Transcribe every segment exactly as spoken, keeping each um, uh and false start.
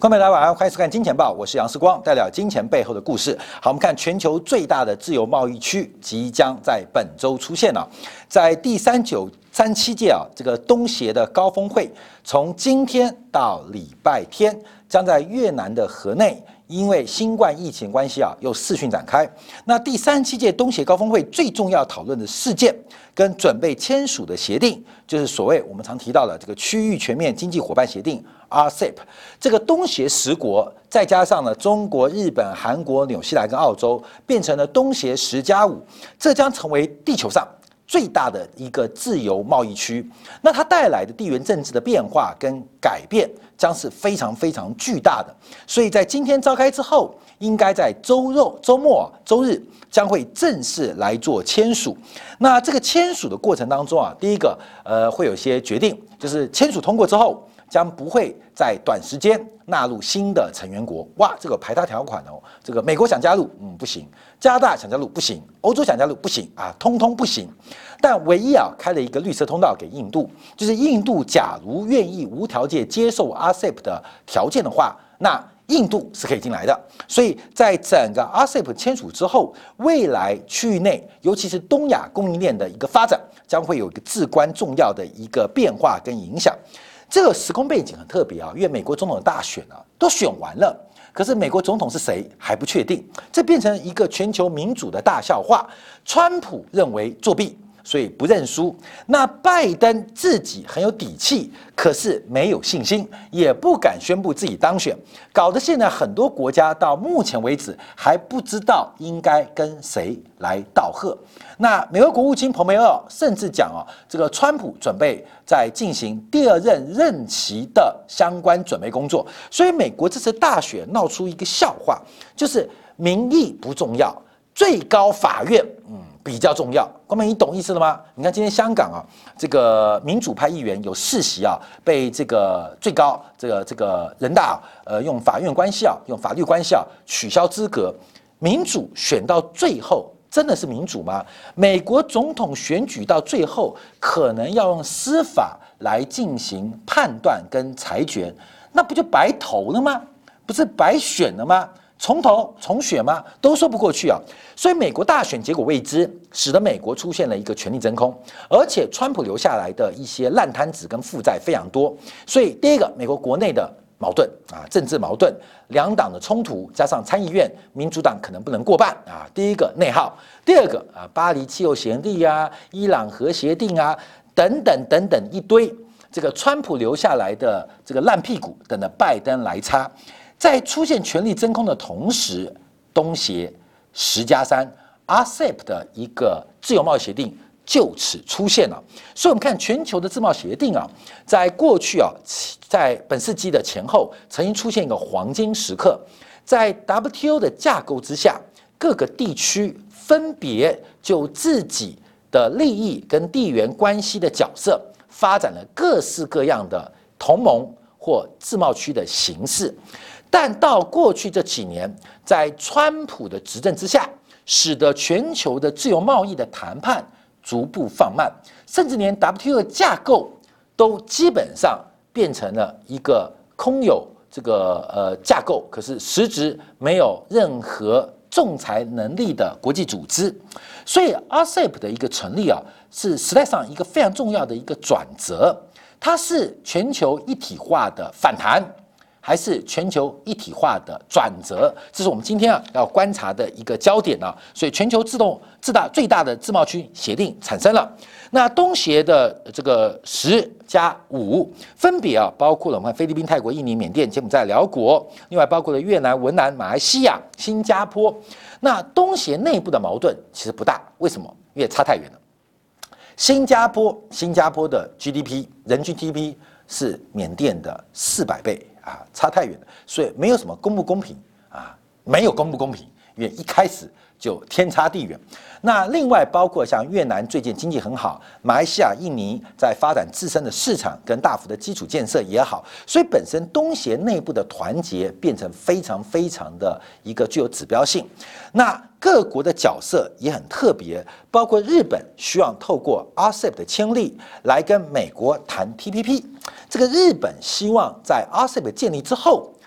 观众朋友大家晚上好，欢迎收看《金钱报》，我是杨世光，带来金钱背后的故事。好，我们看全球最大的自由贸易区即将在本周出现了，在第三九三七届啊这个东协的高峰会，从今天到礼拜天，将在越南的河内。因为新冠疫情关系啊，又视讯展开。那第三十七届东协高峰会最重要讨论的事件，跟准备签署的协定，就是所谓我们常提到的这个区域全面经济伙伴协定 R C E P。这个东协十国，再加上呢中国、日本、韩国、纽西兰跟澳洲，变成了东协十加五，这将成为地球上最大的一个自由贸易区。那它带来的地缘政治的变化跟改变，将是非常非常巨大的。所以在今天召开之后，应该在周肉周末、周日将会正式来做签署。那这个签署的过程当中啊，第一个呃会有一些决定，就是签署通过之后，将不会在短时间纳入新的成员国。哇，这个排他条款哦，这个美国想加入，嗯不行；加拿大想加入不行；欧洲想加入不行啊，通通不行。但唯一啊开了一个绿色通道给印度，就是印度假如愿意无条件接受 R C E P 的条件的话，那印度是可以进来的。所以在整个 R C E P 签署之后，未来区域内，尤其是东亚供应链的一个发展，将会有一个至关重要的一个变化跟影响。这个时空背景很特别啊，因为美国总统的大选啊都选完了，可是美国总统是谁还不确定，这变成一个全球民主的大笑话。川普认为作弊，所以不认输。那拜登自己很有底气，可是没有信心，也不敢宣布自己当选，搞得现在很多国家到目前为止还不知道应该跟谁来道贺。那美国国务卿蓬佩奥甚至讲啊，这个川普准备在进行第二任任期的相关准备工作。所以美国这次大选闹出一个笑话，就是民意不重要，最高法院嗯比较重要。光妹，你懂意思了吗？你看今天香港啊，这个民主派议员有四席啊，被这个最高这个这个人大呃用法院关系啊，用法律关系啊取消资格。民主选到最后。真的是民主吗？美国总统选举到最后，可能要用司法来进行判断跟裁决，那不就白投了吗？不是白选了吗？重投重选吗？都说不过去啊！所以美国大选结果未知，使得美国出现了一个权力真空，而且川普留下来的一些烂摊子跟负债非常多。所以第一个，美国国内的矛盾啊，政治矛盾，两党的冲突，加上参议院民主党可能不能过半啊。第一个内耗，第二个啊，巴黎气候协定啊，伊朗核协定啊，等等等等一堆，这个川普留下来的这个烂屁股，等着拜登来擦。在出现权力真空的同时，东协十加三 R C E P 的一个自由贸易协定就此出现了。所以我们看全球的自贸协定啊，在过去啊，在本世纪的前后，曾经出现一个黄金时刻。在 W T O 的架构之下，各个地区分别就自己的利益跟地缘关系的角色，发展了各式各样的同盟或自贸区的形式。但到过去这几年，在川普的执政之下，使得全球的自由贸易的谈判逐步放慢，甚至连 W T O 的架构都基本上变成了一个空有这个呃架构，可是实质没有任何仲裁能力的国际组织。所以 R C E P 的一个成立啊，是时代上一个非常重要的一个转折。它是全球一体化的反弹，还是全球一体化的转折？这是我们今天啊要观察的一个焦点啊。所以全球自动自大最大的自贸区协定产生了。那东协的这个十加五，分别啊包括了我们菲律宾、泰国、印尼、缅甸、柬埔寨、辽国，另外包括了越南、文莱、马来西亚、新加坡。那东协内部的矛盾其实不大，为什么？因为差太远了。新加坡，新加坡的 G D P 人均 G D P 是缅甸的四百倍。啊，差太远了，所以没有什么公不公平啊，没有公不公平，因为一开始就天差地远。那另外包括像越南最近经济很好，马来西亚、印尼在发展自身的市场跟大幅的基础建设也好，所以本身东协内部的团结变成非常非常的一个具有指标性。那各国的角色也很特别，包括日本希望透过 R C E P 的签立来跟美国谈 T P P。这个日本希望在 R C E P 建立之后，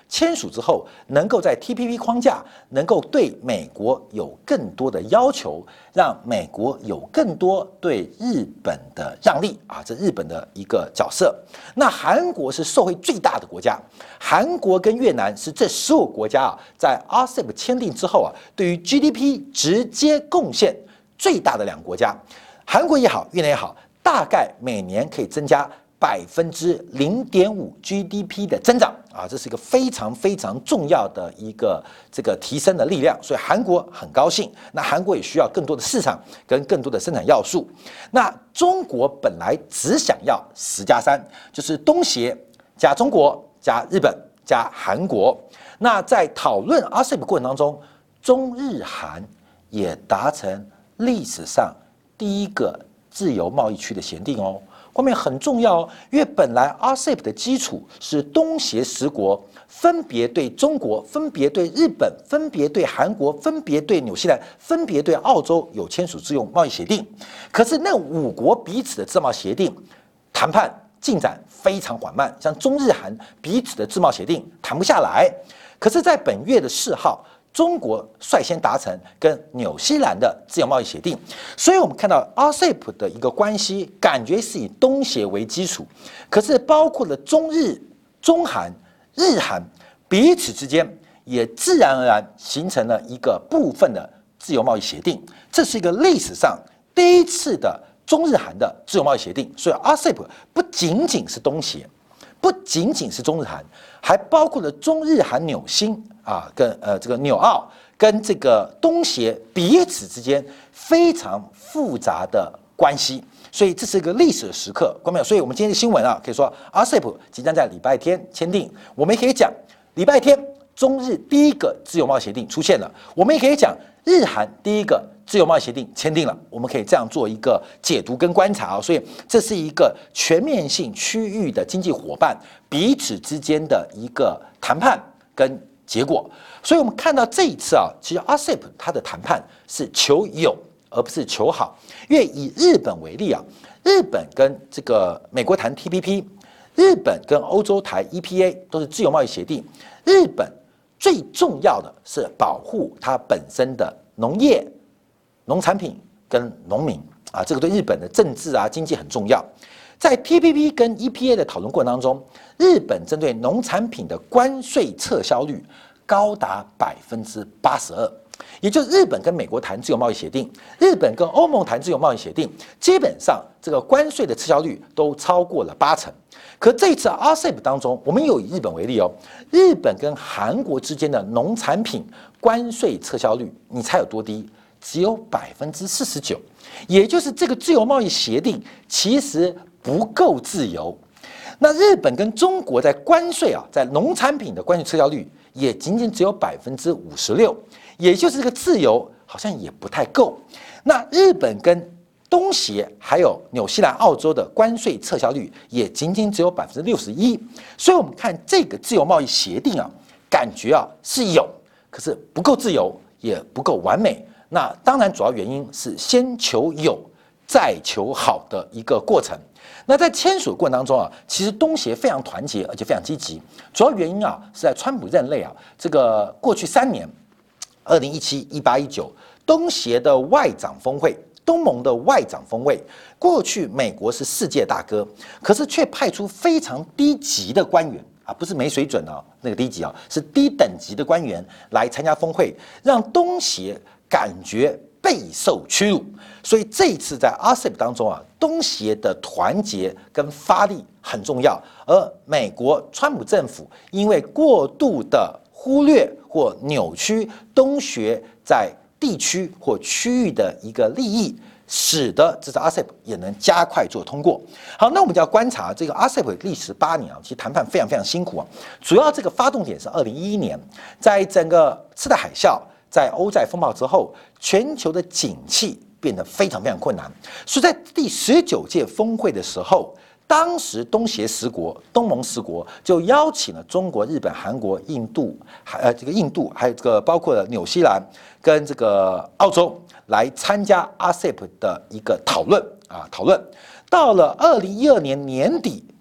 签署之后，能够在 T P P 框架能够对美国有更多的要求，让美国有更多对日本的让利啊，这日本的一个角色。那韩国是受惠最大的国家，韩国跟越南是这十五国家啊，在 R C E P 签订之后啊，对于 G D P 直接贡献最大的两个国家。韩国也好，越南也好，大概每年可以增加百分之零点五 G D P 的增长啊，这是一个非常非常重要的一个这个提升的力量，所以韩国很高兴。那韩国也需要更多的市场跟更多的生产要素。那中国本来只想要十加三，就是东协加中国加日本加韩国。那在讨论 R C E P 过程当中，中日韩也达成历史上第一个自由贸易区的协定哦。后面很重要哦，因为本来 R C E P 的基础是东协十国分别对中国、分别对日本、分别对韩国、分别对纽西兰、分别对澳洲有签署自由贸易协定。可是那五国彼此的自贸协定谈判进展非常缓慢，像中日韩彼此的自贸协定谈不下来。可是，在本月的四号，中国率先达成跟纽西兰的自由贸易协定，所以我们看到 R C E P 的一个关系，感觉是以东协为基础，可是包括了中日、中韩、日韩彼此之间也自然而然形成了一个部分的自由贸易协定，这是一个历史上第一次的中日韩的自由贸易协定。所以 R C E P 不仅仅是东协，不仅仅是中日韩，还包括了中日韩纽新。啊，跟呃这个纽澳跟这个东协彼此之间非常复杂的关系，所以这是一个历史的时刻，观众朋友。所以我们今天的新闻啊，可以说 R C E P 即将在礼拜天签订，我们也可以讲礼拜天中日第一个自由贸易协定出现了，我们也可以讲日韩第一个自由贸易协定签订了，我们可以这样做一个解读跟观察啊。所以这是一个全面性区域的经济伙伴彼此之间的一个谈判跟结果。所以我们看到这一次啊，其实 R C E P 它的谈判是求有而不是求好。因为以日本为例啊，日本跟这个美国谈 T P P， 日本跟欧洲谈 E P A 都是自由贸易协定。日本最重要的是保护它本身的农业、农产品跟农民啊，这个对日本的政治啊、经济很重要。在 T P P 跟 E P A 的讨论过程当中，日本针对农产品的关税撤销率高达百分之八十二，也就是日本跟美国谈自由贸易协定，日本跟欧盟谈自由贸易协定，基本上这个关税的撤销率都超过了八成。可这次 R C E P 当中，我们有以日本为例哦，日本跟韩国之间的农产品关税撤销率，你猜有多低？只有百分之四十九，也就是这个自由贸易协定其实不够自由。那日本跟中国在关税啊，在农产品的关税撤销率也仅仅只有百分之五十六，也就是这个自由好像也不太够。那日本跟东协还有纽西兰、澳洲的关税撤销率也仅仅只有百分之六十一。所以我们看这个自由贸易协定啊，感觉啊是有，可是不够自由，也不够完美。那当然，主要原因是先求有，再求好的一个过程。那在签署的过程当中啊，其实东协非常团结，而且非常积极。主要原因啊，是在川普任内啊，这个过去三年，二零一七、一八、一九，东协的外长峰会，东盟的外长峰会，过去美国是世界大哥，可是却派出非常低级的官员。啊，不是没水准啊，那个低级啊，是低等级的官员来参加峰会，让东协感觉备受屈辱。所以这一次在 R C E P 当中啊，东协的团结跟发力很重要，而美国川普政府因为过度的忽略或扭曲东协在地区或区域的一个利益，使得这次 R C E P 也能加快做通过。好，那我们就要观察这个 R C E P 历时八年啊，其实谈判非常非常辛苦啊。主要这个发动点是二零一一年，在整个次贷海啸、在欧债风暴之后，全球的景气变得非常非常困难。所以在第十九届峰会的时候，当时东协十国、东盟十国就邀请了中国、日本、韩国、印度，还呃这个印度，还有这个包括了纽西兰跟这个澳洲来参加 R C E P 的一个讨论啊讨论。到了二零一二年年底，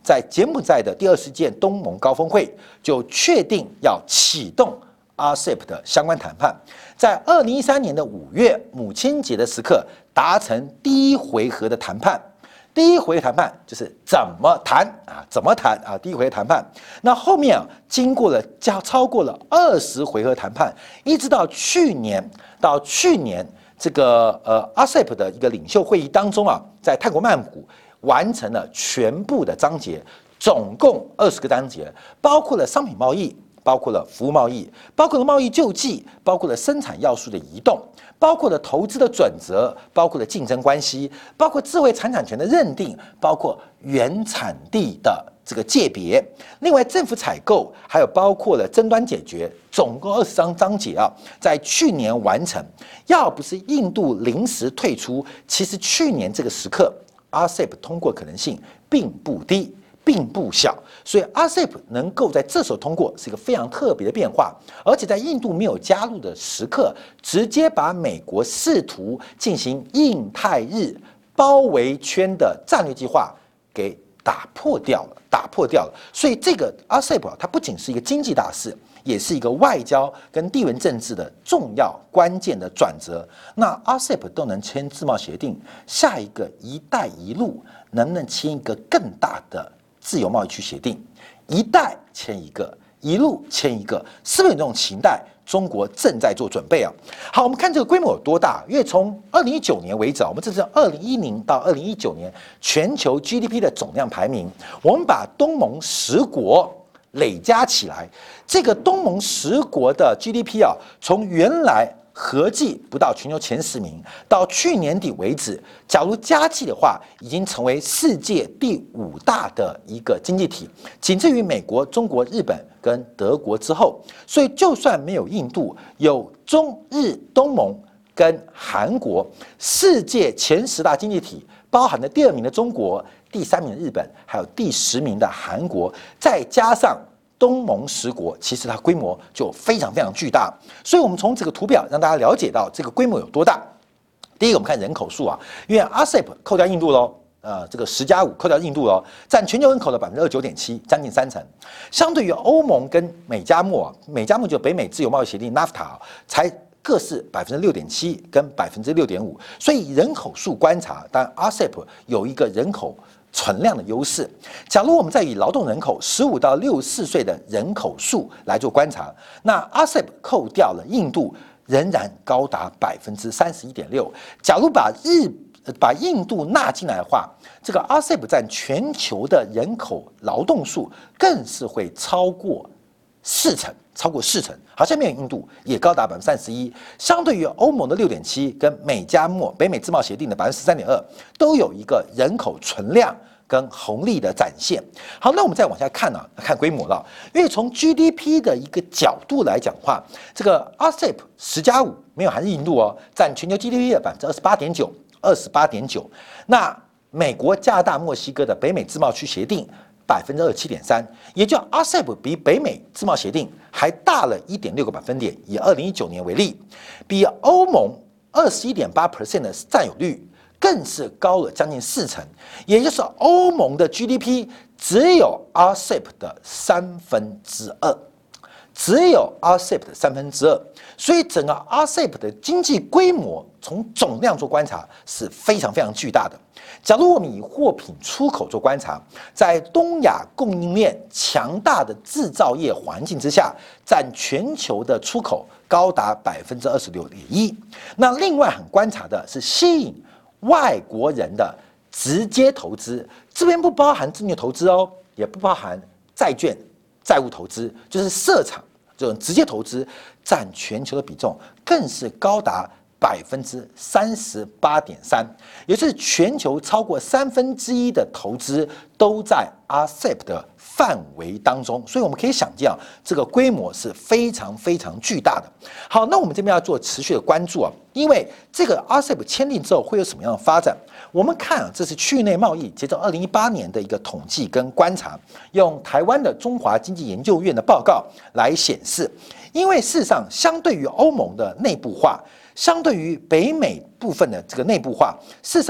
在柬埔寨的第二十届东盟高峰会就确定要启动 R C E P 的相关谈判，在二零一三年的五月母亲节的时刻达成第一回合的谈判。第一回谈判就是怎么谈啊？怎么谈啊？第一回谈判，那后面啊，经过了加超过了二十回合谈判，一直到去年到去年这个呃 R C E P 的一个领袖会议当中啊，在泰国曼谷完成了全部的章节，总共二十个章节，包括了商品贸易。包括了服务贸易，包括了贸易救济，包括了生产要素的移动，包括了投资的准则，包括了竞争关系，包括智慧财产权的认定，包括原产地的这个界别。另外，政府采购还有包括了争端解决，总共二十章章节啊，在去年完成。要不是印度临时退出，其实去年这个时刻 ，R C E P 通过可能性并不低。并不小，所以 R C E P 能够在这时候通过是一个非常特别的变化，而且在印度没有加入的时刻，直接把美国试图进行印太日包围圈的战略计划给打破掉了，打破掉了。所以这个 R C E P 它不仅是一个经济大事，也是一个外交跟地缘政治的重要关键的转折。那 R C E P 都能签自贸协定，下一个“一带一路”能不能签一个更大的自由贸易区协定？一带签一个，一路签一个，是不是有这种期待？中国正在做准备啊。好，我们看这个规模有多大？因为从二零一九年为止，我们这是二零一零到二零一九年全球 G D P 的总量排名，我们把东盟十国累加起来，这个东盟十国的 G D P 啊，从原来合计不到全球前十名，到去年底为止，假如加计的话，已经成为世界第五大的一个经济体，仅次于美国、中国、日本跟德国之后。所以，就算没有印度，有中日东盟跟韩国，世界前十大经济体，包含了第二名的中国、第三名的日本，还有第十名的韩国，再加上东盟十国，其实它规模就非常非常巨大。所以我们从这个图表让大家了解到这个规模有多大。第一个，我们看人口数啊，因为 R C E P 扣掉印度喽，呃，这个十加五扣掉印度喽，占全球人口的百分之二十九点七，将近三成。相对于欧盟跟美加墨，美加墨就北美自由贸易协定 N A F T A 才各是百分之六点七跟百分之六点五。所以人口数观察，当然 R C E P 有一个人口存量的优势。假如我们再以劳动人口十五到六十四岁的人口数来做观察，那 R C E P 扣掉了印度，仍然高达百分之三十一点六。假如把日把印度纳进来的话，这个 R C E P 占全球的人口劳动数更是会超过四成。超过四成，好，下面印度也高达百分之三十一，相对于欧盟的六点七跟美加墨北美自贸协定的百分之十三点二，都有一个人口存量跟红利的展现。好，那我们再往下看呢、啊，看规模了，因为从 G D P 的一个角度来讲的话，这个 R C E P 十加五没有含印度哦，占全球 G D P 的百分之二十八点九，二十八点九。那美国、加拿大、墨西哥的北美自贸区协定。百分之二十七点三，也就 R C E P 比北美自贸协定还大了一点六个百分点。以二零一九年为例，比欧盟二十一点八 percent 的占有率更是高了将近四成，也就是欧盟的 G D P 只有 R C E P 的三分之二，只有 R C E P 的三分之二。所以整个 R C E P 的经济规模从总量做观察是非常非常巨大的。假如我们以货品出口做观察，在东亚供应链强大的制造业环境之下，占全球的出口高达百分之二十六点一。那另外很观察的是吸引外国人的直接投资，这边不包含证券投资哦，也不包含债券债务投资，就是设厂这种直接投资，占全球的比重更是高达百分之三十八点三，也就是全球超过三分之一的投资都在 R C E P 的范围当中，所以我们可以想见啊，这个规模是非常非常巨大的。好，那我们这边要做持续的关注啊，因为这个 R C E P 签订之后会有什么样的发展？我们看啊，这是区域内贸易截至二零一八年的一个统计跟观察，用台湾的中华经济研究院的报告来显示，因为事实上相对于欧盟的内部化。相对于北美部分的这个内部化，事实上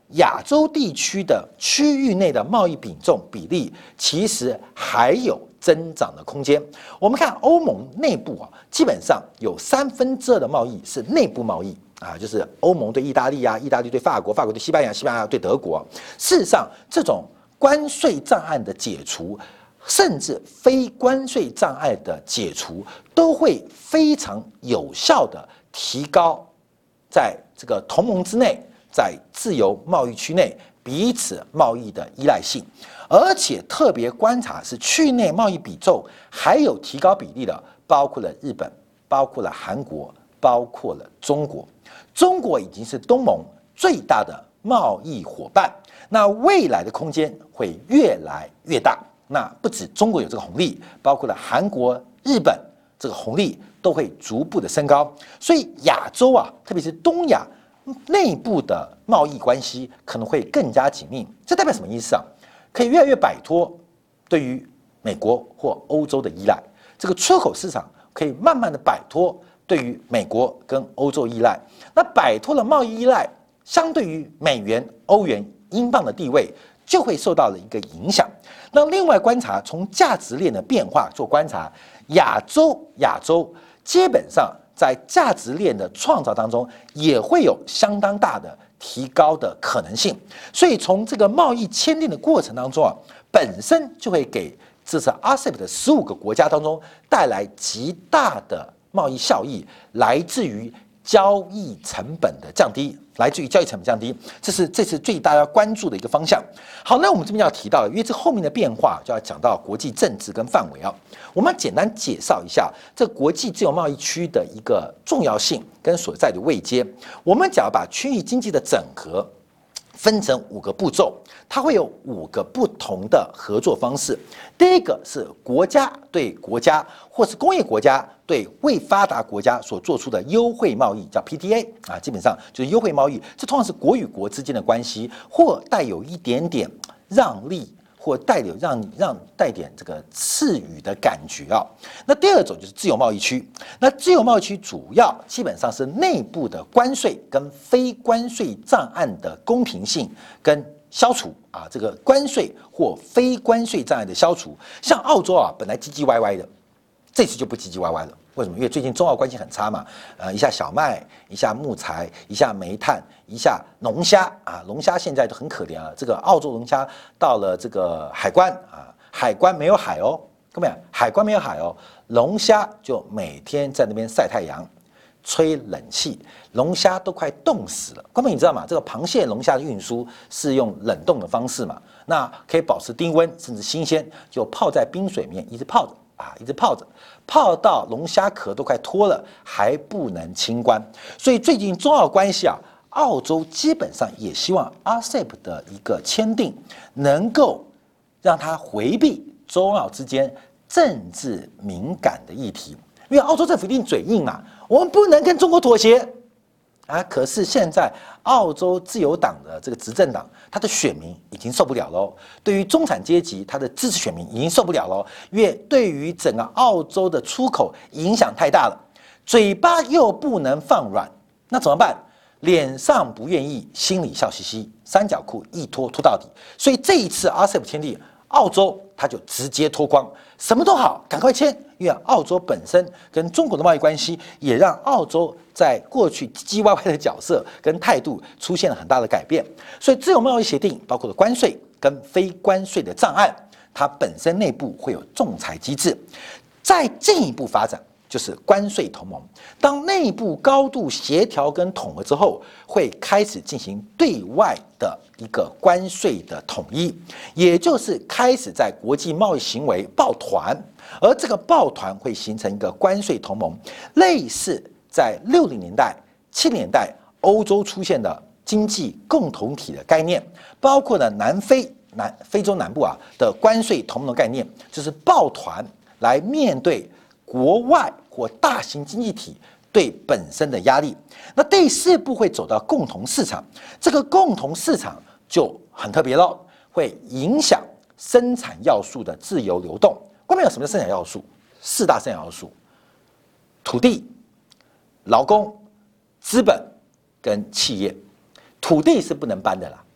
亚洲地区的区域内的贸易比重比例其实还有增长的空间。我们看欧盟内部啊，基本上有三分之二的贸易是内部贸易啊，就是欧盟对意大利啊，意大利对法国，法国对西班牙，西班牙对德国。事实上，这种关税障碍的解除，甚至非关税障碍的解除，都会非常有效的提高在这个同盟之内，在自由贸易区内彼此贸易的依赖性。而且特别观察是区内贸易比重还有提高比例的，包括了日本，包括了韩国，包括了中国。中国已经是东盟最大的贸易伙伴，那未来的空间会越来越大。那不止中国有这个红利，包括了韩国、日本，这个红利都会逐步的升高。所以亚洲啊，特别是东亚内部的贸易关系可能会更加紧密。这代表什么意思啊？可以越来越摆脱对于美国或欧洲的依赖，这个出口市场可以慢慢的摆脱对于美国跟欧洲依赖。那摆脱了贸易依赖，相对于美元、欧元、英镑的地位就会受到了一个影响。那另外观察从价值链的变化做观察，亚洲亚洲基本上在价值链的创造当中也会有相当大的提高的可能性。所以从这个贸易签订的过程当中啊，本身就会给这次 A S E P 的十五个国家当中带来极大的贸易效益，来自于交易成本的降低，来自于交易成本降低，这是这次最大家关注的一个方向。好，那我们这边要提到，因为这后面的变化就要讲到国际政治跟范围啊，我们简单介绍一下这国际自由贸易区的一个重要性跟所在的位阶。我们只要把区域经济的整合分成五个步骤，它会有五个不同的合作方式。第一个是国家对国家或是工业国家对未发达国家所做出的优惠贸易，叫 P T A 啊，基本上就是优惠贸易。这通常是国与国之间的关系，或带有一点点让利，或带有让让带点这个赐予的感觉啊。那第二种就是自由贸易区，那自由贸易区主要基本上是内部的关税跟非关税障碍的公平性跟消除啊，这个关税或非关税障碍的消除。像澳洲啊，本来唧唧歪歪的，这次就不唧唧歪歪了。为什么？因为最近中澳关系很差嘛，呃，一下小麦，一下木材，一下煤炭，一下龙虾啊，龙虾现在都很可怜啊。这个澳洲龙虾到了这个海关啊，海关没有海哦，各位，海关没有海哦，龙虾就每天在那边晒太阳，吹冷气，龙虾都快冻死了。各位你知道吗？这个螃蟹、龙虾的运输是用冷冻的方式嘛，那可以保持低温甚至新鲜，就泡在冰水里面一直泡着。啊，一直泡着，泡到龙虾壳都快脱了，还不能清关。所以最近中澳关系啊，澳洲基本上也希望 A S E P 的一个签订能够让它回避中澳之间政治敏感的议题，因为澳洲政府一定嘴硬啊，我们不能跟中国妥协啊。可是现在澳洲自由党的这个执政党，他的选民已经受不了喽。对于中产阶级，他的支持选民已经受不了喽，因为对于整个澳洲的出口影响太大了，嘴巴又不能放软，那怎么办？脸上不愿意，心里笑嘻嘻，三角裤一脱脱到底。所以这一次 A S E P 签订，澳洲他就直接脱光，什么都好，赶快签。因为澳洲本身跟中国的贸易关系，也让澳洲在过去唧唧歪歪的角色跟态度出现了很大的改变。所以自由贸易协定包括了关税跟非关税的障碍，它本身内部会有仲裁机制。再进一步发展就是关税同盟，当内部高度协调跟统合之后，会开始进行对外的一个关税的统一，也就是开始在国际贸易行为抱团，而这个抱团会形成一个关税同盟，类似在六零年代、七零年代欧洲出现的经济共同体的概念，包括了南非、南非洲南部啊的关税同盟的概念，就是抱团来面对国外或大型经济体对本身的压力。那第四步会走到共同市场，这个共同市场就很特别咯，会影响生产要素的自由流动。关键有什么生产要素？四大生产要素：土地、劳工、资本跟企业。土地是不能搬的啦，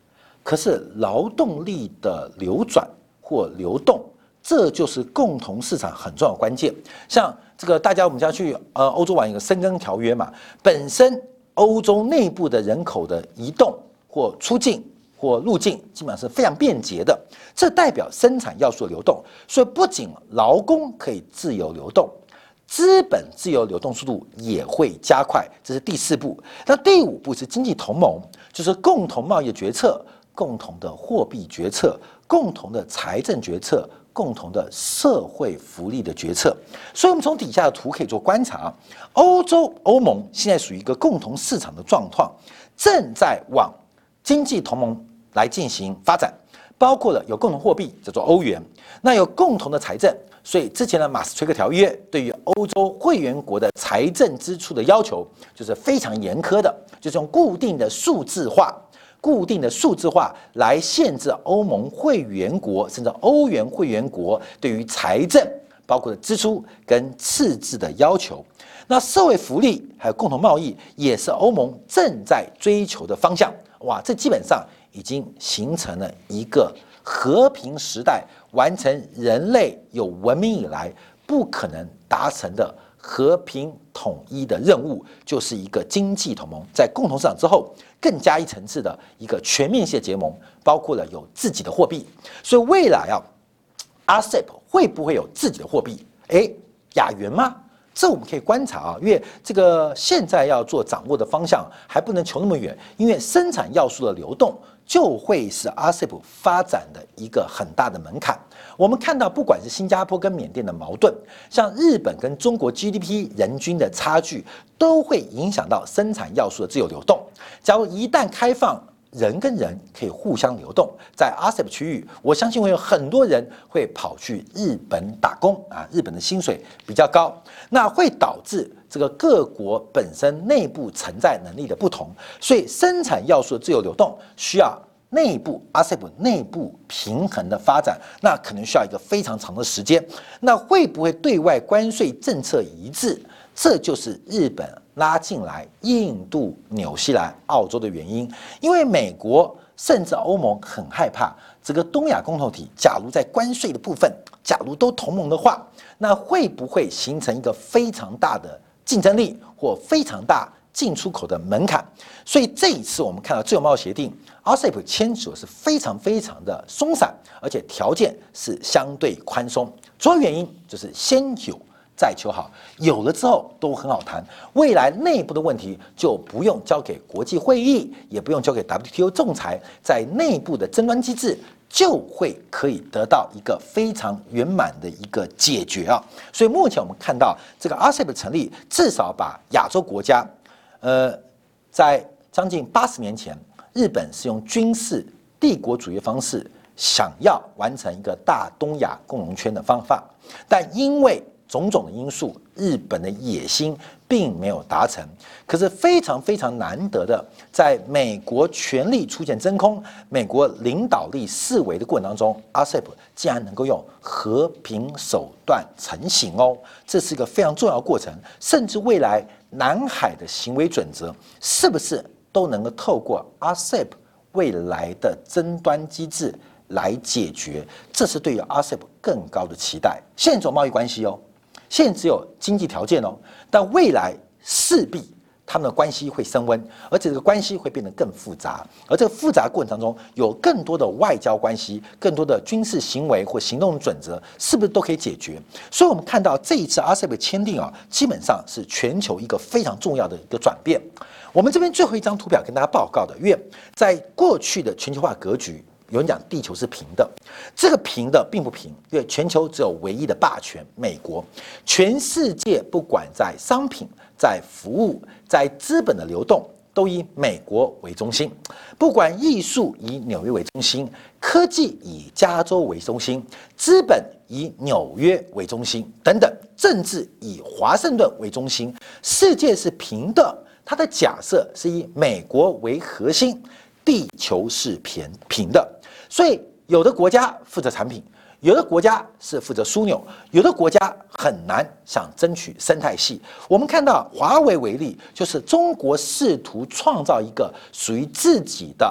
可是劳动力的流转或流动，这就是共同市场很重要的关键。像这个大家我们要去呃欧洲玩有个申根条约嘛，本身欧洲内部的人口的移动或出境或入境基本上是非常便捷的，这代表生产要素的流动。所以不仅劳工可以自由流动，资本自由流动速度也会加快，这是第四步。那第五步是经济同盟，就是共同贸易的决策、共同的货币决策、共同的财政决策、共同的社会福利的决策。所以，我们从底下的图可以做观察，欧洲欧盟现在属于一个共同市场的状况，正在往经济同盟来进行发展，包括了有共同货币叫做欧元，那有共同的财政。所以之前的马斯崔克条约对于欧洲会员国的财政支出的要求就是非常严苛的，就是用固定的数字化、固定的数字化来限制欧盟会员国甚至欧元会员国对于财政包括支出跟赤字的要求。那社会福利还有共同贸易也是欧盟正在追求的方向。哇，这基本上已经形成了一个和平时代完成人类有文明以来不可能达成的和平统一的任务，就是一个经济同盟，在共同市场之后更加一层次的一个全面性结盟，包括了有自己的货币。所以未来啊 ，R C E P 会不会有自己的货币？哎，亚元吗？这我们可以观察啊，因为这个现在要做掌握的方向还不能求那么远，因为生产要素的流动就会是 R C E P 发展的一个很大的门槛。我们看到，不管是新加坡跟缅甸的矛盾，像日本跟中国 G D P 人均的差距，都会影响到生产要素的自由流动。假如一旦开放，人跟人可以互相流动，在 R C E P 区域，我相信会有很多人会跑去日本打工啊，日本的薪水比较高，那会导致这个各国本身内部承载能力的不同，所以生产要素的自由流动需要内部 R C E P 内部平衡的发展，那可能需要一个非常长的时间。那会不会对外关税政策一致？这就是日本拉进来印度、纽西兰、澳洲的原因，因为美国甚至欧盟很害怕这个东亚共同体，假如在关税的部分，假如都同盟的话，那会不会形成一个非常大的竞争力或非常大进出口的门槛？所以这一次我们看到自由贸易协定 R C E P 签署是非常非常的松散，而且条件是相对宽松，主要原因就是先有再求好，有了之后都很好谈。未来内部的问题就不用交给国际会议，也不用交给 W T O 仲裁，在内部的争端机制就会可以得到一个非常圆满的一个解决啊。所以目前我们看到这个 R C E P 成立，至少把亚洲国家，呃，在将近八十年前，日本是用军事帝国主义方式想要完成一个大东亚共荣圈的方法，但因为种种的因素，日本的野心并没有达成。可是非常非常难得的，在美国权力出现真空、美国领导力式微的过程当中 ，R C E P 竟然能够用和平手段成型哦，这是一个非常重要的过程。甚至未来南海的行为准则，是不是都能够透过 R C E P 未来的争端机制来解决？这是对于 R C E P 更高的期待。现在只有贸易关系哦。现在只有经济条件哦，但未来势必他们的关系会升温，而且这个关系会变得更复杂，而这个复杂过程当中有更多的外交关系、更多的军事行为或行动准则，是不是都可以解决？所以，我们看到这一次 R C E P 签订啊，基本上是全球一个非常重要的一个转变。我们这边最后一张图表跟大家报告的，因为在过去的全球化格局。有人讲地球是平的，这个平的并不平，因为全球只有唯一的霸权——美国。全世界不管在商品、在服务、在资本的流动，都以美国为中心。不管艺术以纽约为中心，科技以加州为中心，资本以纽约为中心，等等，政治以华盛顿为中心。世界是平的，它的假设是以美国为核心。地球是平平的，所以有的国家负责产品，有的国家是负责枢纽，有的国家很难想争取生态系。我们看到华为为例，就是中国试图创造一个属于自己的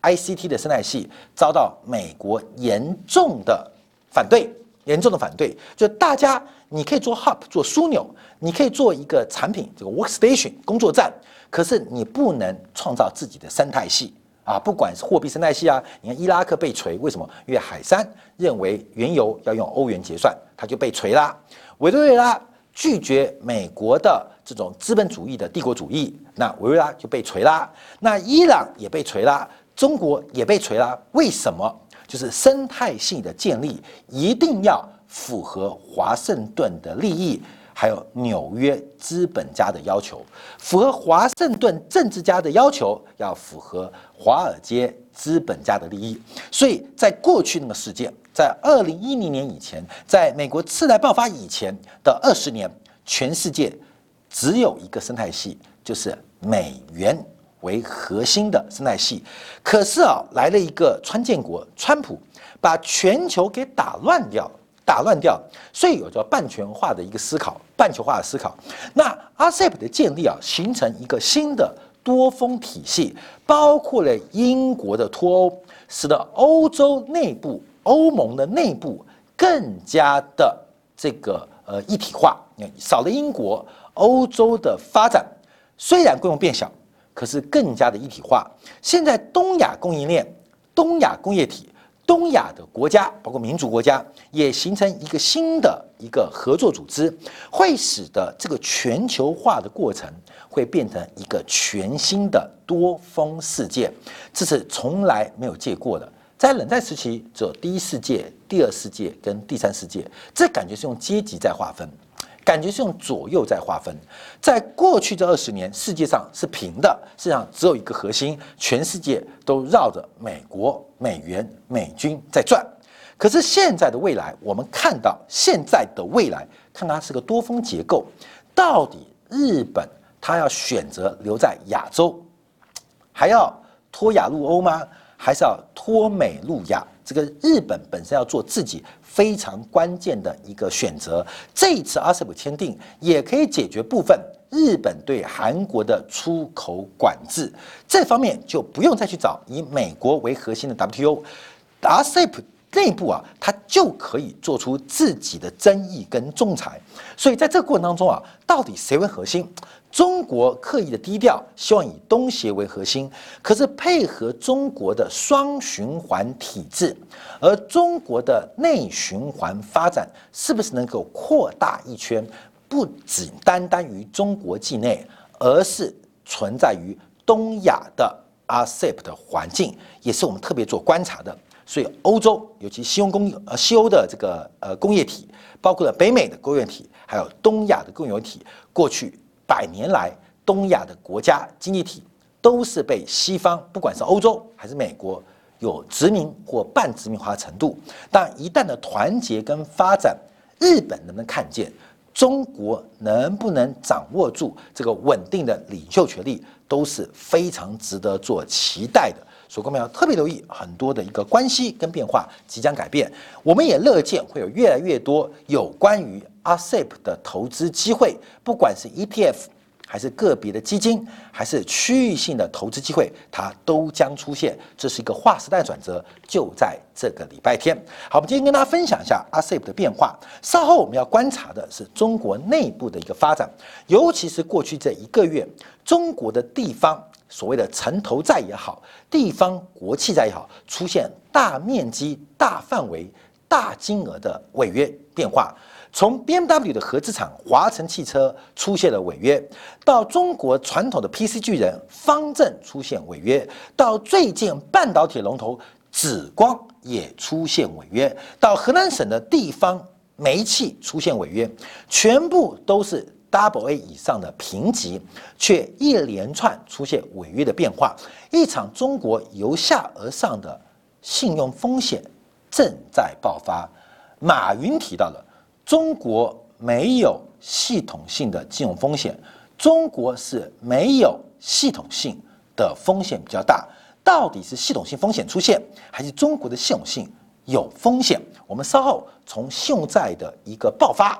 I C T 的生态系遭到美国严重的反对，严重的反对，就大家你可以做 hub 做枢纽，你可以做一个产品这个 workstation 工作站，可是你不能创造自己的生态系啊，不管是货币生态系啊，你看伊拉克被锤，为什么？因为海珊认为原油要用欧元结算，它就被锤啦。委内瑞拉拒绝美国的这种资本主义的帝国主义，那委内瑞拉就被锤啦。那伊朗也被锤啦，中国也被锤啦。为什么？就是生态系的建立一定要符合华盛顿的利益，还有纽约资本家的要求，符合华盛顿政治家的要求，要符合华尔街资本家的利益。所以在过去那个事件，在二零一零年以前，在美国次贷爆发以前的二十年，全世界只有一个生态系，就是美元为核心的生态系。可是啊，来了一个川建国，川普把全球给打乱掉，打乱掉，所以有叫半球化的一个思考，半球化的思考。那 R C E P 的建立啊，形成一个新的多峰体系，包括了英国的脱欧，使得欧洲内部、欧盟的内部更加的这个呃一体化。少了英国，欧洲的发展虽然规模变小，可是更加的一体化。现在东亚供应链、东亚工业体、东亚的国家，包括民主国家，也形成一个新的一个合作组织，会使得这个全球化的过程会变成一个全新的多峰世界，这是从来没有见过的。在冷战时期，只有第一世界、第二世界跟第三世界，这感觉是用阶级在划分。感觉是用左右在划分，在过去这二十年，世界上是平的，世界上只有一个核心，全世界都绕着美国、美元、美军在转。可是现在的未来，我们看到现在的未来，看它是个多峰结构，到底日本它要选择留在亚洲，还要脱亚入欧吗？还是要脱美入亚？这个日本本身要做自己非常关键的一个选择。这一次 R C E P 签订也可以解决部分日本对韩国的出口管制，这方面就不用再去找以美国为核心的 W T O。R C E P 内部啊，它就可以做出自己的争议跟仲裁。所以在这个过程当中啊，到底谁为核心？中国刻意的低调，希望以东协为核心，可是配合中国的双循环体制，而中国的内循环发展是不是能够扩大一圈，不仅单单于中国境内，而是存在于东亚的 R C E P 的环境，也是我们特别做观察的。所以欧洲，尤其西欧工呃西欧的这个呃工业体，包括了北美的工业体，还有东亚的工业体，过去百年来，东亚的国家经济体都是被西方，不管是欧洲还是美国，有殖民或半殖民化的程度。但一旦的团结跟发展，日本能不能看见，中国能不能掌握住这个稳定的领袖权力，都是非常值得做期待的。所以我们要特别留意很多的一个关系跟变化即将改变，我们也乐见会有越来越多有关于 R C E P 的投资机会，不管是 E T F 还是个别的基金，还是区域性的投资机会，它都将出现。这是一个划时代转折，就在这个礼拜天。好，我们今天跟大家分享一下 R C E P 的变化。稍后我们要观察的是中国内部的一个发展，尤其是过去这一个月，中国的地方。所谓的城投债也好，地方国企债也好，出现大面积、大范围、大金额的违约变化。从 B M W 的合资厂华晨汽车出现了违约，到中国传统的 P C 巨人方正出现违约，到最近半导体龙头紫光也出现违约，到河南省的地方煤气出现违约，全部都是Double A 以上的评级，却一连串出现违约的变化，一场中国由下而上的信用风险正在爆发。马云提到了，中国没有系统性的金融风险，中国是没有系统性的风险比较大。到底是系统性风险出现，还是中国的系统性有风险？我们稍后从信用债的一个爆发。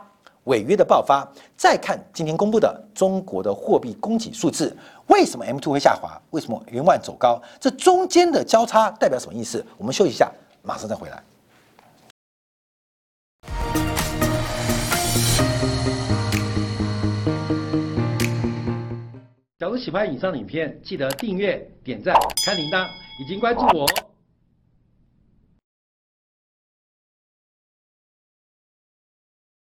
违约的爆发，再看今天公布的中国的货币供给数字，为什么 M 二 会下滑？为什么元万走高？这中间的交叉代表什么意思？我们休息一下，马上再回来。 假如喜欢以上的影片，记得订阅、点赞、开铃铛，已经关注我。